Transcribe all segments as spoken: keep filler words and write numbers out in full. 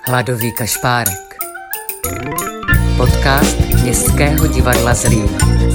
Hladový kašpárek. Podcast Městského divadla Zlín.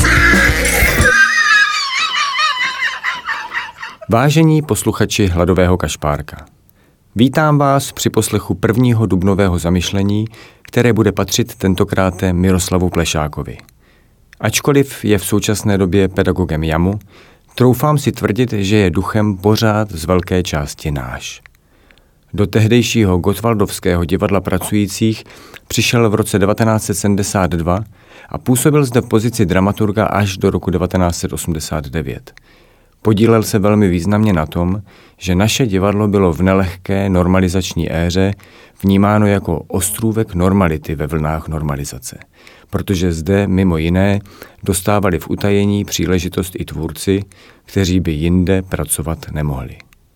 Vážení posluchači Hladového kašpárka, vítám vás při poslechu prvního dubnového zamyšlení, které bude patřit tentokrát Miroslavu Plešákovi. Ačkoliv je v současné době pedagogem jamu, troufám si tvrdit, že je duchem pořád z velké části náš. Do tehdejšího Gottwaldovského divadla pracujících přišel v roce devatenáct set sedmdesát dva a působil zde v pozici dramaturga až do roku devatenáct set osmdesát devět. Podílel se velmi významně na tom, že naše divadlo bylo v nelehké normalizační éře vnímáno jako ostrůvek normality ve vlnách normalizace, protože zde mimo jiné dostávali v utajení příležitost i tvůrci, kteří by jinde pracovat nemohli.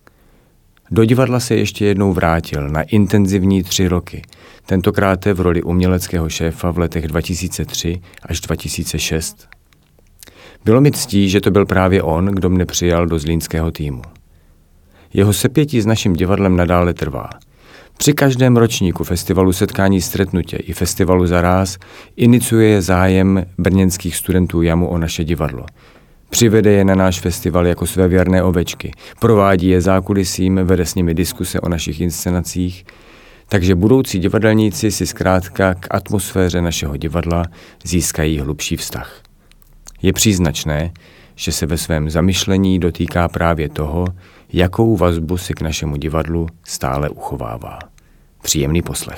Do divadla se ještě jednou vrátil na intenzivní tři roky, tentokrát v roli uměleckého šéfa v letech dva tisíce tři až dva tisíce šest. Bylo mi ctí, že to byl právě on, kdo mne přijal do zlínského týmu. Jeho sepětí s naším divadlem nadále trvá. Při každém ročníku festivalu Setkání stretnutě i festivalu Zaráz iniciuje zájem brněnských studentů jamu o naše divadlo. Přivede je na náš festival jako své věrné ovečky, provádí je zákulisím, vede s nimi diskuse o našich inscenacích, takže budoucí divadelníci si zkrátka k atmosféře našeho divadla získají hlubší vztah. Je příznačné, že se ve svém zamyšlení dotýká právě toho, jakou vazbu si k našemu divadlu stále uchovává. Příjemný poslech.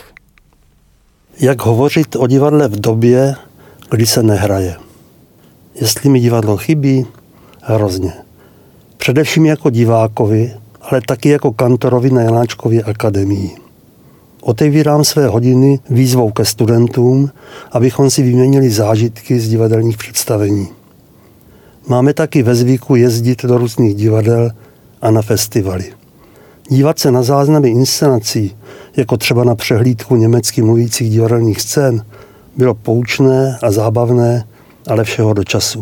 Jak hovořit o divadle v době, kdy se nehraje? Jestli mi divadlo chybí? Hrozně. Především jako divákovi, ale taky jako kantorovi na Janáčkově akademii. Otevírám své hodiny výzvou ke studentům, abychom si vyměnili zážitky z divadelních představení. Máme taky ve zvyku jezdit do různých divadel a na festivaly. Dívat se na záznamy inscenací, jako třeba na přehlídku německy mluvících divadelních scén, bylo poučné a zábavné, ale všeho do času.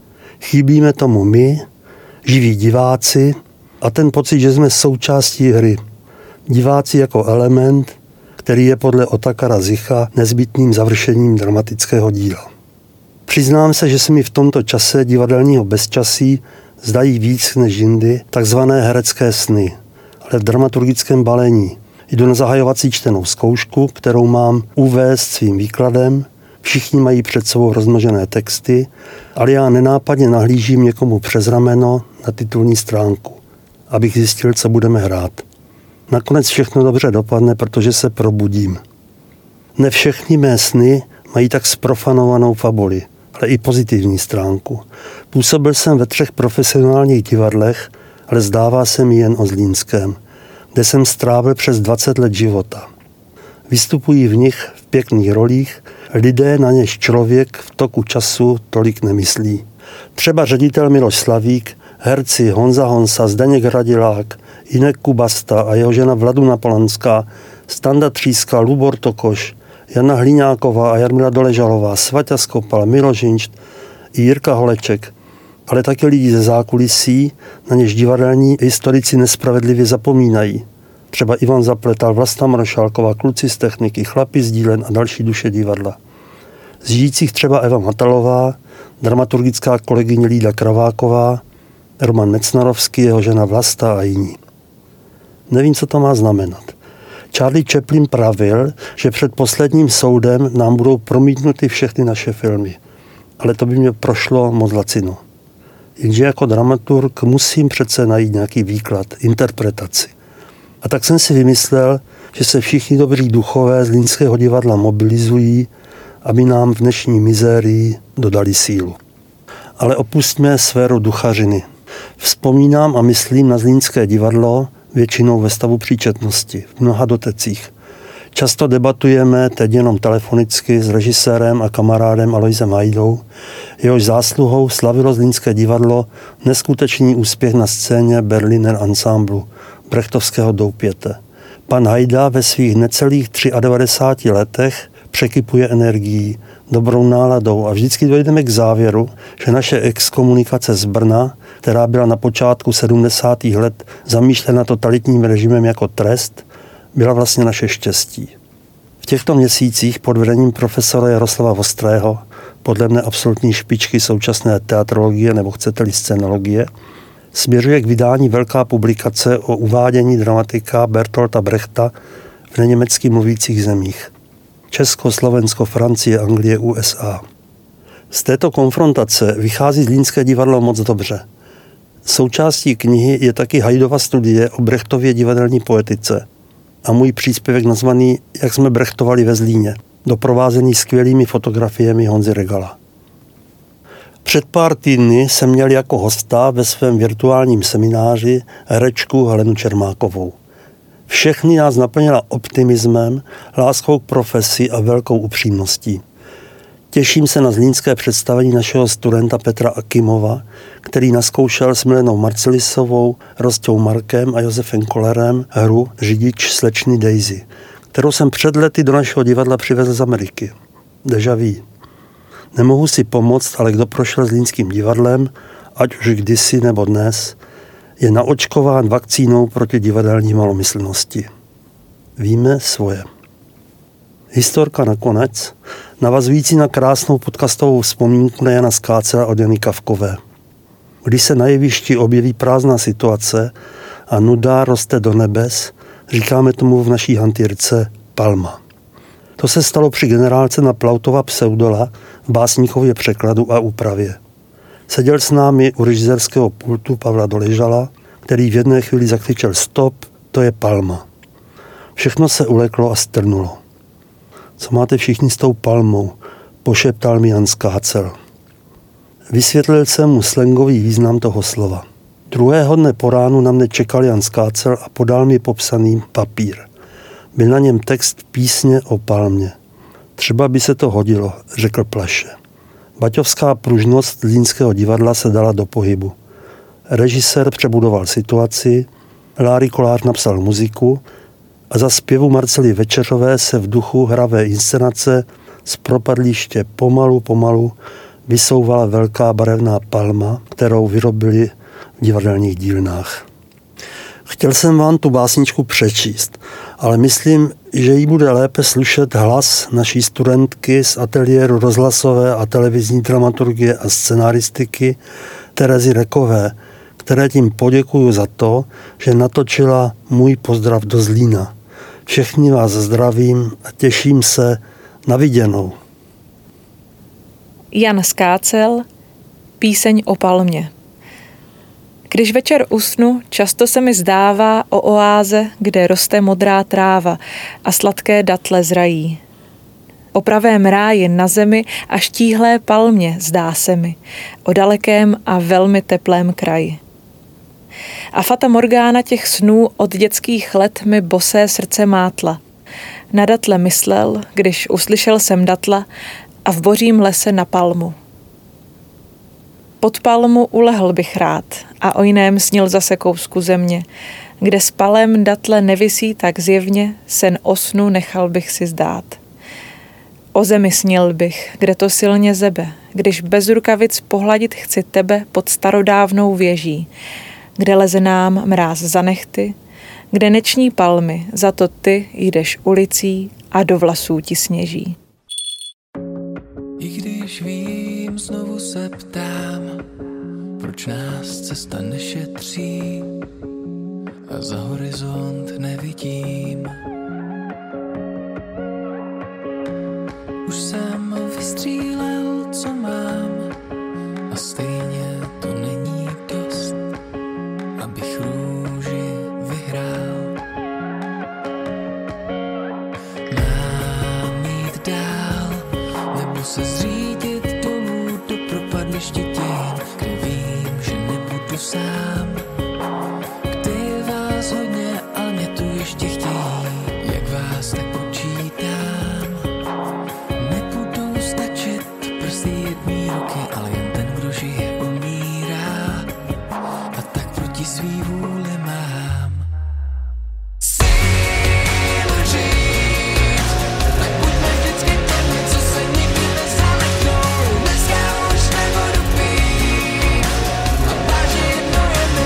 Chybíme tomu my, živí diváci, a ten pocit, že jsme součástí hry. Diváci jako element, který je podle Otakara Zicha nezbytným završením dramatického díla. Přiznám se, že se mi v tomto čase divadelního bezčasí zdají víc než jindy takzvané herecké sny, ale v dramaturgickém balení. Jdu na zahajovací čtenou zkoušku, kterou mám uvést svým výkladem. Všichni mají před sebou rozmnožené texty, ale já nenápadně nahlížím někomu přes rameno na titulní stránku, abych zjistil, co budeme hrát. Nakonec všechno dobře dopadne, protože se probudím. Ne všechny mé sny mají tak zprofanovanou fabuli, ale i pozitivní stránku. Působil jsem ve třech profesionálních divadlech, ale zdává se mi jen o zlínském, kde jsem strávil přes dvacet let života. Vystupují v nich v pěkných rolích lidé, na něž člověk v toku času tolik nemyslí. Třeba ředitel Miloš Slavík, herci Honza Honsa, Zdeněk Hradilák, Jinek Kubasta a jeho žena Vladuna Polanská, Standa Tříska, Lubor Tokoš, Jana Hliňáková a Jarmila Doležalová, Svaťa Skopal, Miloš Hinšt i Jirka Holeček, ale také lidi ze zákulisí, na něž divadelní historici nespravedlivě zapomínají. Třeba Ivan Zapletal, Vlasta Maršálková, kluci z techniky, chlapi z dílen a další duše divadla. Z žijících třeba Eva Matalová, dramaturgická kolegyně Lída Kraváková, Roman Mecnarovský, jeho žena Vlasta a jiní. Nevím, co to má znamenat. Charlie Chaplin pravil, že před posledním soudem nám budou promítnuty všechny naše filmy. Ale to by mě prošlo moc lacino. Jenže jako dramaturg musím přece najít nějaký výklad, interpretaci. A tak jsem si vymyslel, že se všichni dobří duchové z Zlínského divadla mobilizují, aby nám v dnešní mizérii dodali sílu. Ale opustíme sféru duchařiny. Vzpomínám a myslím na Zlínské divadlo, většinou ve stavu příčetnosti, v mnoha dotecích. Často debatujeme, teď jenom telefonicky, s režisérem a kamarádem Alojzem Hajdou, jehož zásluhou slavilo Zlínské divadlo neskutečný úspěch na scéně Berliner Ensemblu brechtovského Doupěte. Pan Hajda ve svých necelých devadesát tři letech překypuje energií, dobrou náladou a vždycky dojdeme k závěru, že naše exkomunikace z Brna, která byla na počátku sedmdesátých let zamýšlena totalitním režimem jako trest, byla vlastně naše štěstí. těchto měsících pod vedením profesora Jaroslava Vostrého, podle mne absolutní špičky současné teatrologie nebo chcete-li scénologie, směřuje k vydání velká publikace o uvádění dramatika Bertolta Brechta v neněmecky mluvících zemích. Česko, Slovensko, Francie, Anglie, U S A. Z této konfrontace vychází Zlínské divadlo moc dobře. Součástí knihy je taky Haydova studie o Brechtově divadelní poetice a můj příspěvek nazvaný Jak jsme brechtovali ve Zlíně, doprovázený skvělými fotografiemi Honzy Regala. Před pár týdny jsem měl jako hosta ve svém virtuálním semináři herečku Helenu Čermákovou. Všechny nás naplnila optimismem, láskou k profesi a velkou upřímností. Těším se na zlínské představení našeho studenta Petra Akimova, který naskoušel s Milenou Marcelisovou, Rostou Markem a Josefem Kollerem hru Řidič slečny Daisy, kterou jsem před lety do našeho divadla přivezl z Ameriky. Déjà vu. Nemohu si pomoct, ale kdo prošel zlínským divadlem, ať už kdysi nebo dnes, je naočkován vakcínou proti divadelní malomyslnosti. Víme svoje. Historka nakonec, navazující na krásnou podcastovou vzpomínku na Jana Skácela od Jany Kavkové. Když se na jevišti objeví prázdná situace a nuda roste do nebes, říkáme tomu v naší hantýrce palma. To se stalo při generálce na Plautova Pseudola v básníkově překladu a úpravě. Seděl s námi u režisérského pultu Pavla Doležala, který v jedné chvíli zakřičel stop, to je palma. Všechno se uleklo a strnulo. Co máte všichni s tou palmou, pošeptal mi Jan Skácel. Vysvětlil jsem mu slangový význam toho slova. Druhého dne po ránu na mne čekal Jan Skácel a podal mi popsaný papír. Byl na něm text písně o palmě. Třeba by se to hodilo, řekl plaše. Baťovská pružnost Zlínského divadla se dala do pohybu. Režisér přebudoval situaci, Láry Kolář napsal muziku a za zpěvu Marcely Večeřové se v duchu hravé inscenace z propadliště pomalu, pomalu vysouvala velká barevná palma, kterou vyrobili v divadelních dílnách. Chtěl jsem vám tu básničku přečíst, ale myslím, že jí bude lépe slyšet hlas naší studentky z ateliéru rozhlasové a televizní dramaturgie a scenaristiky Terezy Rekové, které tím poděkuju za to, že natočila Můj pozdrav do Zlína. Všechny vás zdravím a těším se na viděnou. Jan Skácel, Píseň o palmě. Když večer usnu, často se mi zdává o oáze, kde roste modrá tráva a sladké datle zrají. O pravém ráji na zemi a štíhlé palmě zdá se mi, o dalekém a velmi teplém kraji. A fata morgána těch snů od dětských let mi bosé srdce mátla. Na datle myslel, když uslyšel jsem datla a v bořím lese na palmu. Pod palmu ulehl bych rád a o jiném snil zase kousku země, kde s palem datle nevisí tak zjevně, sen o snu nechal bych si zdát. O zemi snil bych, kde to silně zebe, když bez rukavic pohladit chci tebe pod starodávnou věží, kde leze nám mráz za nehty, kde neční palmy, za to ty jdeš ulicí a do vlasů ti sněží. I když vím, znovu se ptám, proč nás cesta nešetří a za horizont nevidím. Už jsem vystřílel, co mám, a stejně to není dost, abych růži vyhrál. Mám jít dál, nebo se zřídit dolů do propadliště dějin, kde vím, že nebudu sám. Kde je vás hodně, ale mě tu ještě chtějí, jak vás tak počítám. Nebudou stačit prsty jedný ruky, ale jen ten, kdo žije, umírá. A tak proti svý vůli mám sílu žít. Tak buďme vždycky těmi, co se nikdy nezaleknou. Dneska už nebudu pít a vážit jedno je mi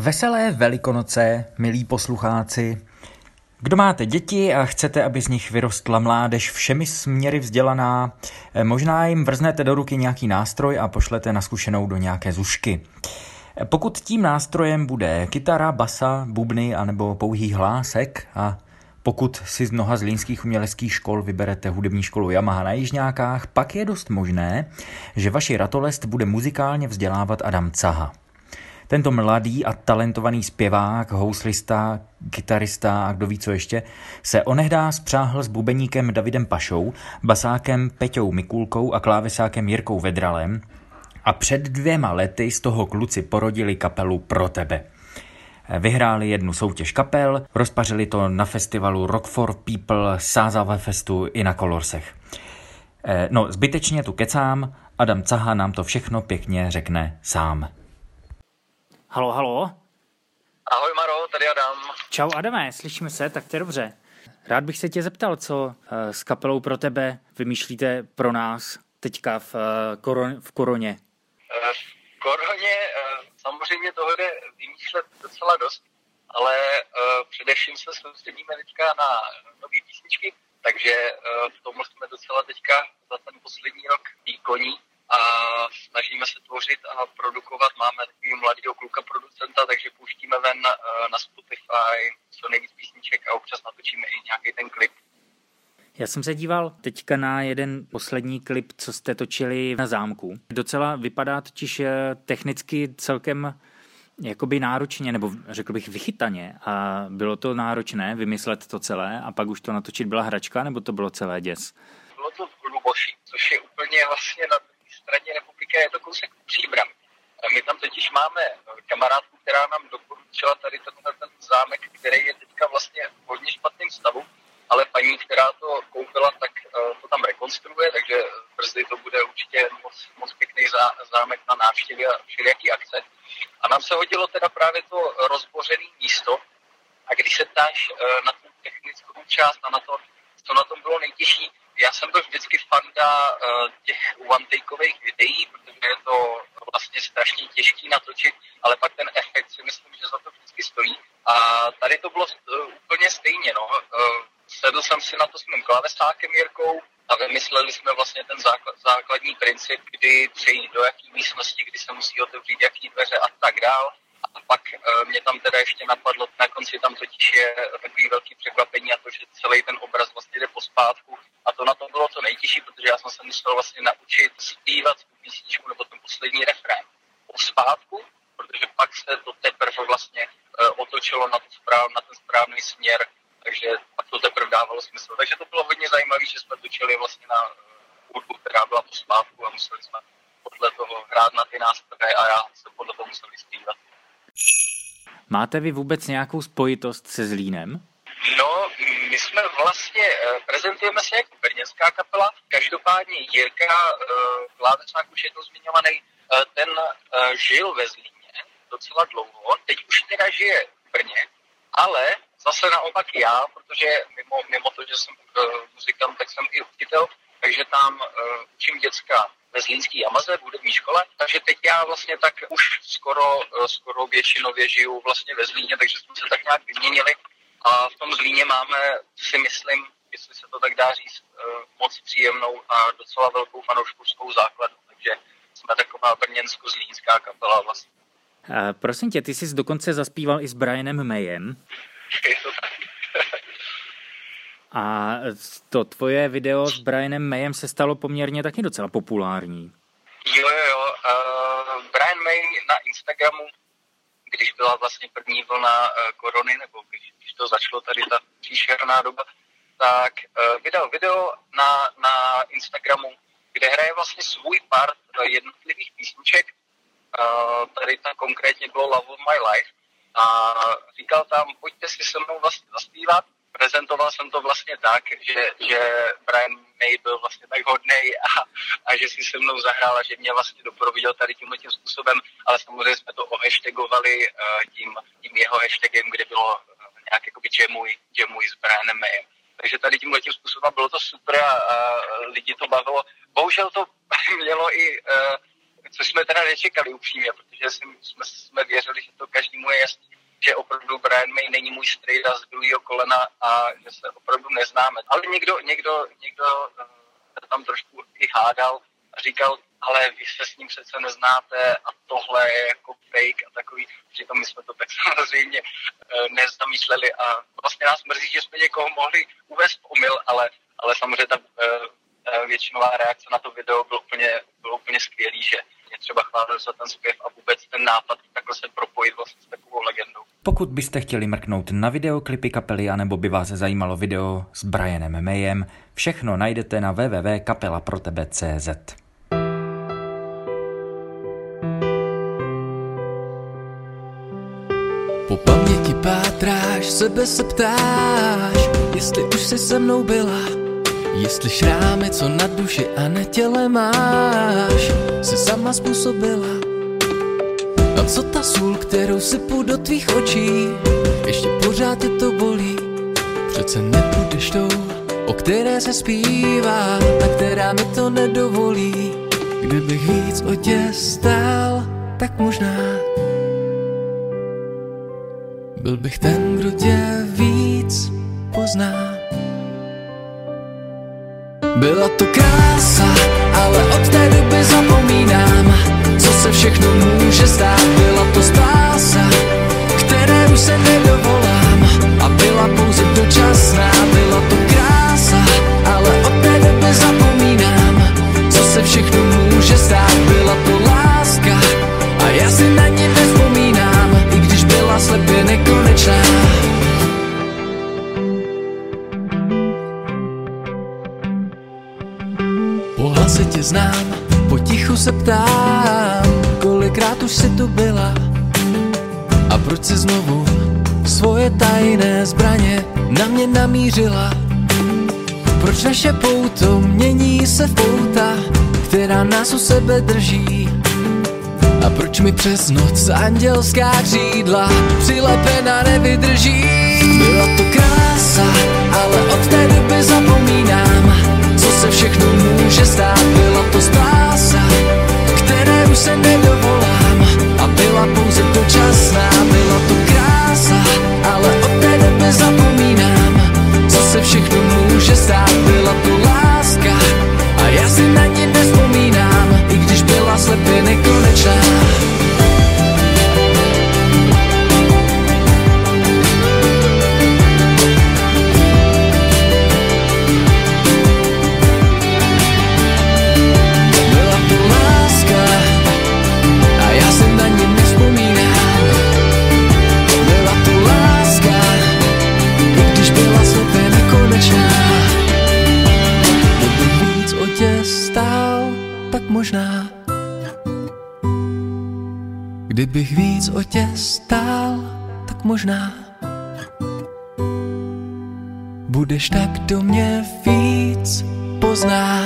Veselé Velikonoce, milí poslucháci. Kdo máte děti a chcete, aby z nich vyrostla mládež všemi směry vzdělaná, možná jim vrznete do ruky nějaký nástroj a pošlete na zkušenou do nějaké zušky. Pokud tím nástrojem bude kytara, basa, bubny anebo pouhý hlásek a pokud si z mnoha zlínských uměleckých škol vyberete hudební školu Yamaha na Jižňákách, pak je dost možné, že vaši ratolest bude muzikálně vzdělávat Adam Caha. Tento mladý a talentovaný zpěvák, houslista, kytarista a kdo ví co ještě, se onehdá spřáhl s bubeníkem Davidem Pašou, basákem Peťou Mikulkou a klávesákem Jirkou Vedralem a před dvěma lety z toho kluci porodili kapelu Pro tebe. Vyhráli jednu soutěž kapel, rozpařili to na festivalu Rock for People, Sázava Festu i na Colorsech. No, zbytečně tu kecám, Adam Caha nám to všechno pěkně řekne sám. Halo, halo. Ahoj Maro, tady Adam. Čau Adame, slyšíme se, tak to je dobře. Rád bych se tě zeptal, co s kapelou Pro tebe vymýšlíte pro nás teďka v, koron, v koroně. V koroně samozřejmě toho jde vymýšlet docela dost, ale především se soustředíme teďka na nové písničky, takže v tom jsme docela teďka za ten poslední rok výkonní. A snažíme se tvořit a produkovat. Máme takový mladýho kluka producenta, takže pouštíme ven na Spotify co nejvíc písniček a občas natočíme i nějaký ten klip. Já jsem se díval teďka na jeden poslední klip, co jste točili na zámku. Docela vypadá totiž technicky celkem jakoby náročně, nebo řekl bych vychytaně. A bylo to náročné vymyslet to celé a pak už to natočit byla hračka, nebo to bylo celé děs? Bylo to v Hluboši, což je úplně vlastně na straně republiky, je to kousek Příbram. My tam totiž máme kamarádku, která nám doporučila tady tenhle ten zámek, který je teďka vlastně v hodně špatném stavu, ale paní, která to koupila, tak to tam rekonstruuje, takže brzy to bude určitě moc, moc pěkný zámek na návštěvy a všelijaký akce. A nám se hodilo teda právě to rozbořené místo a když se ptáš na tu technickou část a na to, co na tom bylo nejtěžší, já jsem byl vždycky fanda uh, těch one-takeových videí, protože je to vlastně strašně těžký natočit, ale pak ten efekt si myslím, že za to vždycky stojí. A tady to bylo uh, úplně stejně. No. Uh, sedl jsem si na to s mým klávesákem Jirkou a vymysleli jsme vlastně ten základ, základní princip, kdy přejít do jaký místnosti, kdy se musí otevřít jaký dveře a tak dál. A pak uh, mě tam teda ještě napadlo, na konci tam totiž je takový velký překvapení a to, že celý ten obraz vlastně jde pospátku. A to na tom bylo to nejtěžší, protože já jsem se musel vlastně naučit zpívat tu písničku nebo ten poslední refrén pospátku, protože pak se to teprve vlastně uh, otočilo na, to správ, na ten správný směr, takže pak to teprve dávalo smysl. Takže to bylo hodně zajímavé, že jsme točili vlastně na uh, hudbu, která byla pospátku a museli jsme podle toho hrát na ty nástroje a já se podle toho musel zpívat. Máte vy vůbec nějakou spojitost se Zlínem? No, my jsme vlastně, prezentujeme se jako brněnská kapela, každopádně Jirka, klávesák už jednou zmiňovaný, ten žil ve Zlíně docela dlouho, teď už teda žije v Brně, ale zase naopak já, protože mimo, mimo to, že jsem muzikant, tak jsem i učitel, takže tam učím děcka ve zlínský Yamaze v hudební škole, takže teď já vlastně tak už skoro, skoro většinově žiju vlastně ve Zlíně, takže jsme se tak nějak vyměnili a v tom Zlíně máme, si myslím, jestli se to tak dá říct, moc příjemnou a docela velkou fanouškovskou základnu, takže jsme taková brněnsko-zlínská kapela vlastně. Uh, prosím tě, ty jsi dokonce zaspíval i s Brianem Mayem. Je to tak. A to tvoje video s Brianem Mayem se stalo poměrně taky docela populární. Jo, jo, jo. Uh, Brian May na Instagramu, když byla vlastně první vlna uh, korony, nebo když, když to začalo tady ta příšerná doba, tak uh, vydal video na, na Instagramu, kde hraje vlastně svůj part jednotlivých písniček. Uh, tady tam konkrétně bylo Love of My Life. A říkal tam, pojďte si se mnou vlastně zaspívat. Prezentoval jsem to vlastně tak, že, že Brian May byl vlastně tak hodnej a, a že si se mnou zahrál a že mě vlastně doprovodil tady tímhle tím způsobem, ale samozřejmě jsme to ohashtagovali uh, tím, tím jeho hashtagem, kde bylo uh, nějak jakoby jamuj, jamuj s Brianem Mayem. Takže tady tímhle tím způsobem bylo to super a, a lidi to bavilo. Bohužel to mělo i uh, což jsme teda nečekali upřímně, protože jsme, jsme věřili, že to každému je jasný, že opravdu Brian May není můj strejda z druhého kolena a že se opravdu neznáme. Ale někdo, někdo, někdo tam trošku i hádal a říkal, ale vy se s ním přece neznáte a tohle je jako fake a takový. Přitom my jsme to tak samozřejmě nezamýšleli a vlastně nás mrzí, že jsme někoho mohli uvést v omyl, ale, ale samozřejmě ta většinová reakce na to video bylo úplně, bylo úplně skvělý, že mě třeba chválil za ten zpěv a vůbec ten nápad takhle se propojit vlastně s takovou legendou. Pokud byste chtěli mrknout na videoklipy kapely anebo by vás zajímalo video s Brianem Mayem, všechno najdete na w w w tečka kapela pro tebe tečka c z. Po paměti pátráš, sebe se ptáš, jestli už jsi se mnou byla, jestli šrámy, co na duši a na těle máš, si sama způsobila. A co ta sůl, kterou sypu do tvých očí, ještě pořád tě to bolí. Přece nebudeš tou, o které se zpívá a která mi to nedovolí. Kdybych víc o tě stál, tak možná byl bych ten, kdo tě víc pozná. Byla to krása, ale od té doby zapomínám, co se všechno může stát. Byla to spása, které už se nedovolám a byla pouze dočasná. Byla to krása, ale od té doby zapomínám, co se všechno může stát. Byla to láska a já si na ní nevzpomínám, i když byla slepě nekonečná. Po hlase tě znám, potichu se ptám, kolikrát už jsi tu byla a proč si znovu svoje tajné zbraně na mě namířila. Proč naše pouto mění se v pouta, která nás u sebe drží. A proč mi přes noc andělská křídla přilepená nevydrží. Byla to krása, ale od té doby zapomínám, co se všechno může stát. Byla to spása, které už se nedovolám a byla pouze dočasná. Byla to krása, ale od té doby zapomínám, co se všechno může stát. Byla to láska a já si na ní nevzpomínám, i když byla slepě nekonečná. Možná, kdybych víc o tě stál, tak možná budeš tak, kdo mě víc pozná.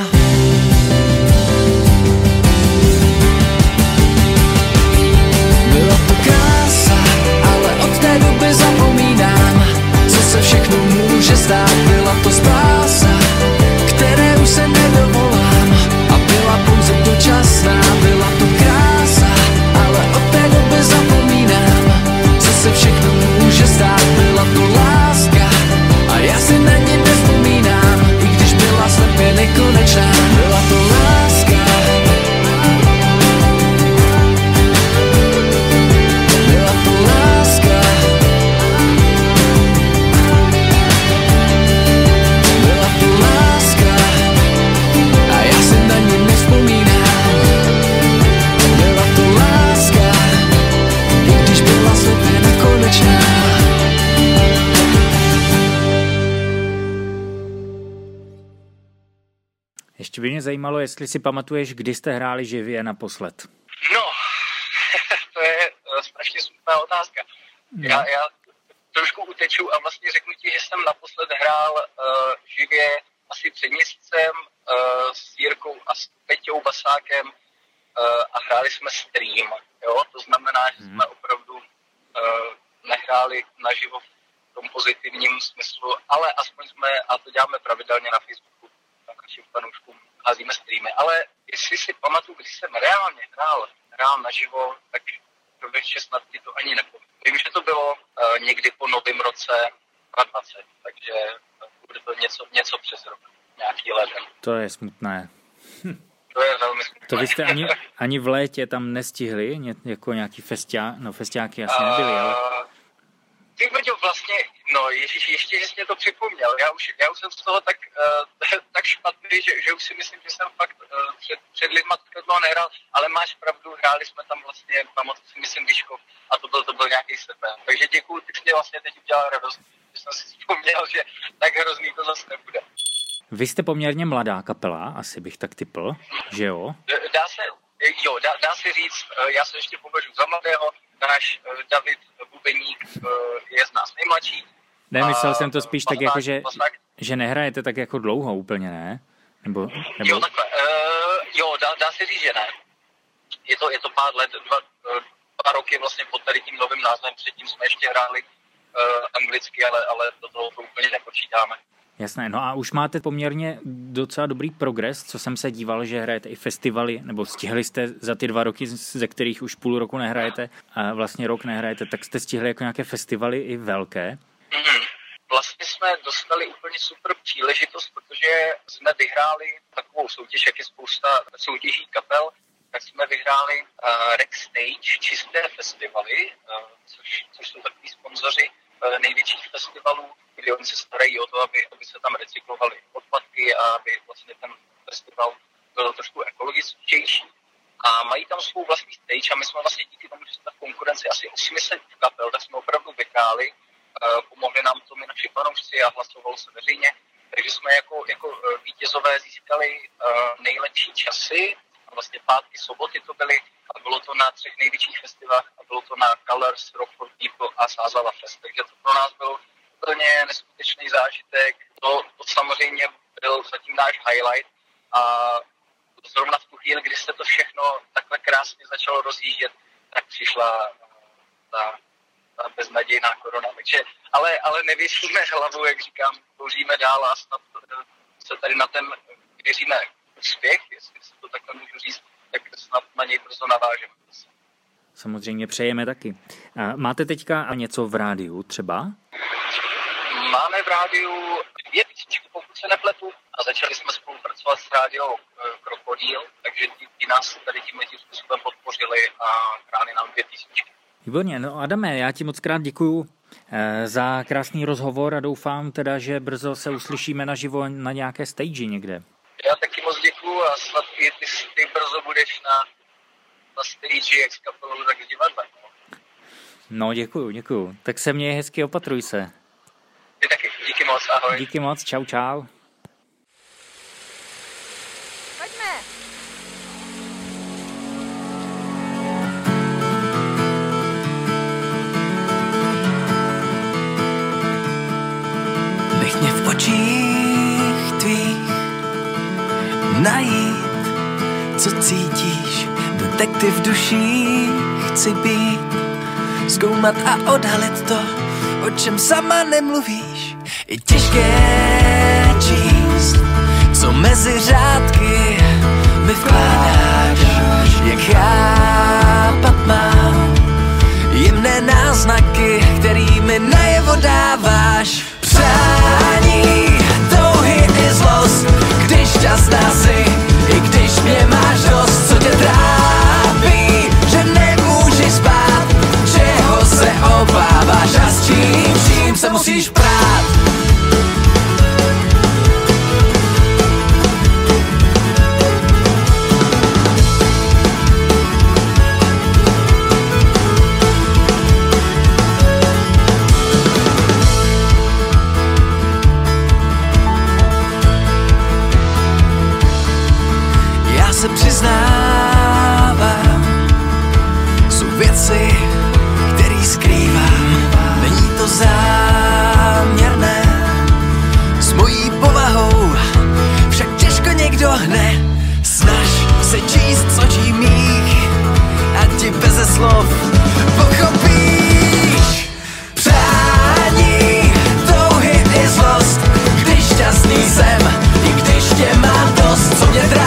Byla to krása, ale od té doby zapomínám, co se všechno může stát. Byla to spása, které už se nedovolám a byla pouze dočasná. Byla to krása, ale od té doby zapomínám, co se všechno může stát. Byla to láska a já si na ní nevzpomínám, i když byla slepě nekonečná. Byla to láska, byla to láska, byla to láska a já si na ní nevzpomínám. Byla to láska, i když byla slepě nekonečná. Ještě by mě zajímalo, jestli si pamatuješ, kdy jste hráli živě naposled. No, to je uh, strašně smutná otázka. No. Já, já trošku uteču a vlastně řeknu ti, že jsem naposled hrál uh, živě asi před měsícem uh, s Jirkou a s Peťou Basákem uh, a hráli jsme stream. Jo? To znamená, že jsme hmm. opravdu uh, nehráli naživo v tom pozitivním smyslu, ale aspoň jsme, a to děláme pravidelně na Facebooku, na našim fanouškům, házíme streamy, ale jestli si pamatuju, když jsem reálně hrál, hrál naživo, tak ve šestnácti to ani nepovím. Vím, že to bylo uh, někdy po novém roce dvacet, takže bude to něco, něco přes rok, nějaký leden. To je smutné. Hm. To je velmi smutné. To vy jste ani, ani v létě tam nestihli, ně, jako nějaký festiák, no festiáky asi nebyly, ale... Ty Brďo, vlastně, no ježiš, ještě, že jsi mě to připomněl, já už, já už jsem z toho tak, uh, tak špatný, že, že už si myslím, že jsem fakt uh, před, před lidma toho nehrál, ale máš pravdu, hráli jsme tam vlastně, pamatuju si myslím Vyškov a to byl, to byl nějaký srpen. Takže děkuju, ty jsi mě vlastně teď udělal radost, že jsem si vzpomněl, že tak hrozný to zase nebude. Vy jste poměrně mladá kapela, asi bych tak tipl, že jo? Dá se, jo, dá, dá se říct, já se ještě považuji za mladého, náš David Bubeník je z nás nejmladší. Ne, myslel jsem to spíš tak jako, že, že nehrajete tak jako dlouho úplně, ne? Nebo, nebo... Jo, takhle, uh, jo, dá, dá se říct, že ne. Je to, je to pár let, dva, dva roky vlastně pod tady tím novým názvem, předtím jsme ještě hráli uh, anglicky, ale, ale do toho to úplně nepočítáme. Jasné, no a už máte poměrně docela dobrý progres, co jsem se díval, že hrajete i festivaly, nebo stihli jste za ty dva roky, ze kterých už půl roku nehrajete, a vlastně rok nehrajete, tak jste stihli jako nějaké festivaly i velké? Mm-hmm. Vlastně jsme dostali úplně super příležitost, protože jsme vyhráli takovou soutěž, jak je spousta soutěží kapel, tak jsme vyhráli uh, Rex Stage, čisté festivaly, uh, což, což jsou takový sponzoři uh, největších festivalů, kdy oni se starají o to, aby, aby se tam recyklovaly odpadky a aby vlastně ten festival byl trošku ekologičtější. A mají tam svou vlastní stage a my jsme vlastně díky tomu, že jsme v konkurenci asi osm set kapel, tak jsme opravdu vyhráli. Pomohli nám to mi naši fanoušci a hlasovalo se veřejně. Takže jsme jako, jako vítězové získali nejlepší časy. A vlastně pátky, soboty to byly a bylo to na třech největších festivalech a bylo to na Colors, Rock for People a Sázava Fest. Takže to pro nás byl úplně neskutečný zážitek. To, to samozřejmě byl zatím náš highlight a zrovna v tu chvíli, kdy se to všechno takhle krásně začalo rozjíždět, tak přišla ta, ta beznadějná korona. Takže, ale, ale nevěříme hlavu, jak říkám, bouříme dál a snad se tady na ten, věříme úspěch, jestli se to takhle můžu říct, tak snad na něj brzo navážeme. Samozřejmě přejeme taky. Máte teďka něco v rádiu třeba? Máme v rádiu dvě písničky, pokud se nepletu, a začali jsme spolupracovat s rádiou Krokodýl, takže ti, ti nás tady tímhle tím způsobem podpořili a hráli nám dvě písničky. Výborně, no Adame, já ti moc krát děkuju za krásný rozhovor a doufám teda, že brzo se uslyšíme naživo na nějaké stage někde. Já taky moc děkuju a snad i ty, ty brzo budeš na, na stage jak s kapelou, tak s divadlem. No. no děkuju, děkuju. Tak se měj hezky, opatruj se. Ty taky, díky moc, ahoj. Díky moc, čau, čau. Pojďme. Nech mě v očích tvých najít, co cítíš, detektiv duší chci být, zkoumat a odhalit to, o čem sama nemluvíš. Je těžké číst, co mezi řádky mi vkládáš, jak chápat mám jemné náznaky, kterými najevo dáváš. Přání, touhy i zlost, když šťastná si, i když mě máš dost. Co tě trápí, že nemůžeš spát, čeho se obáváš a s čím, čím se musíš prát. Se přiznávám, jsou věci, které skrývám. Není to záměrné, s mojí povahou však těžko někdo hne. Snaž se číst z očí mých, ať ti beze slov pochopíš. Přání, touhy i zlost, když šťastný jsem, i když tě mám dost. Co mě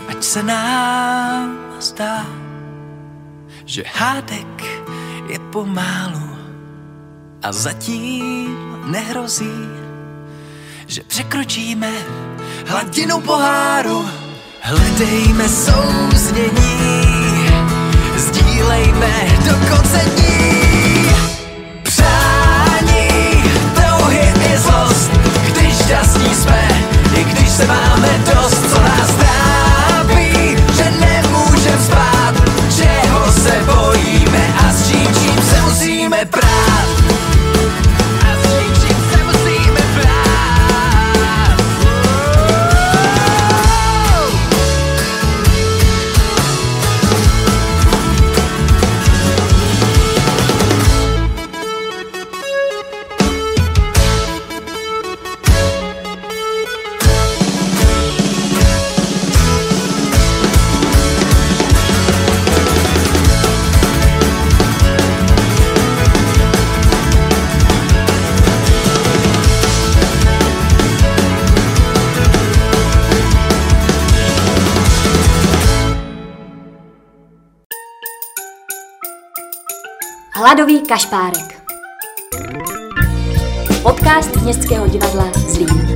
ať se nám zdá, že hádek je pomálu a zatím nehrozí, že překročíme hladinu poháru. Hledejme souznění, sdílejme do konce dní. Přání, touhy i zlost, když šťastní jsme, i když se máme dost, co nás trápí, že nemůžem spát, čeho se bojíme a s čím, čím se musíme prát. A s čím, čím se musíme prát. Hladový kašpárek. Podcast Městského divadla Zlín.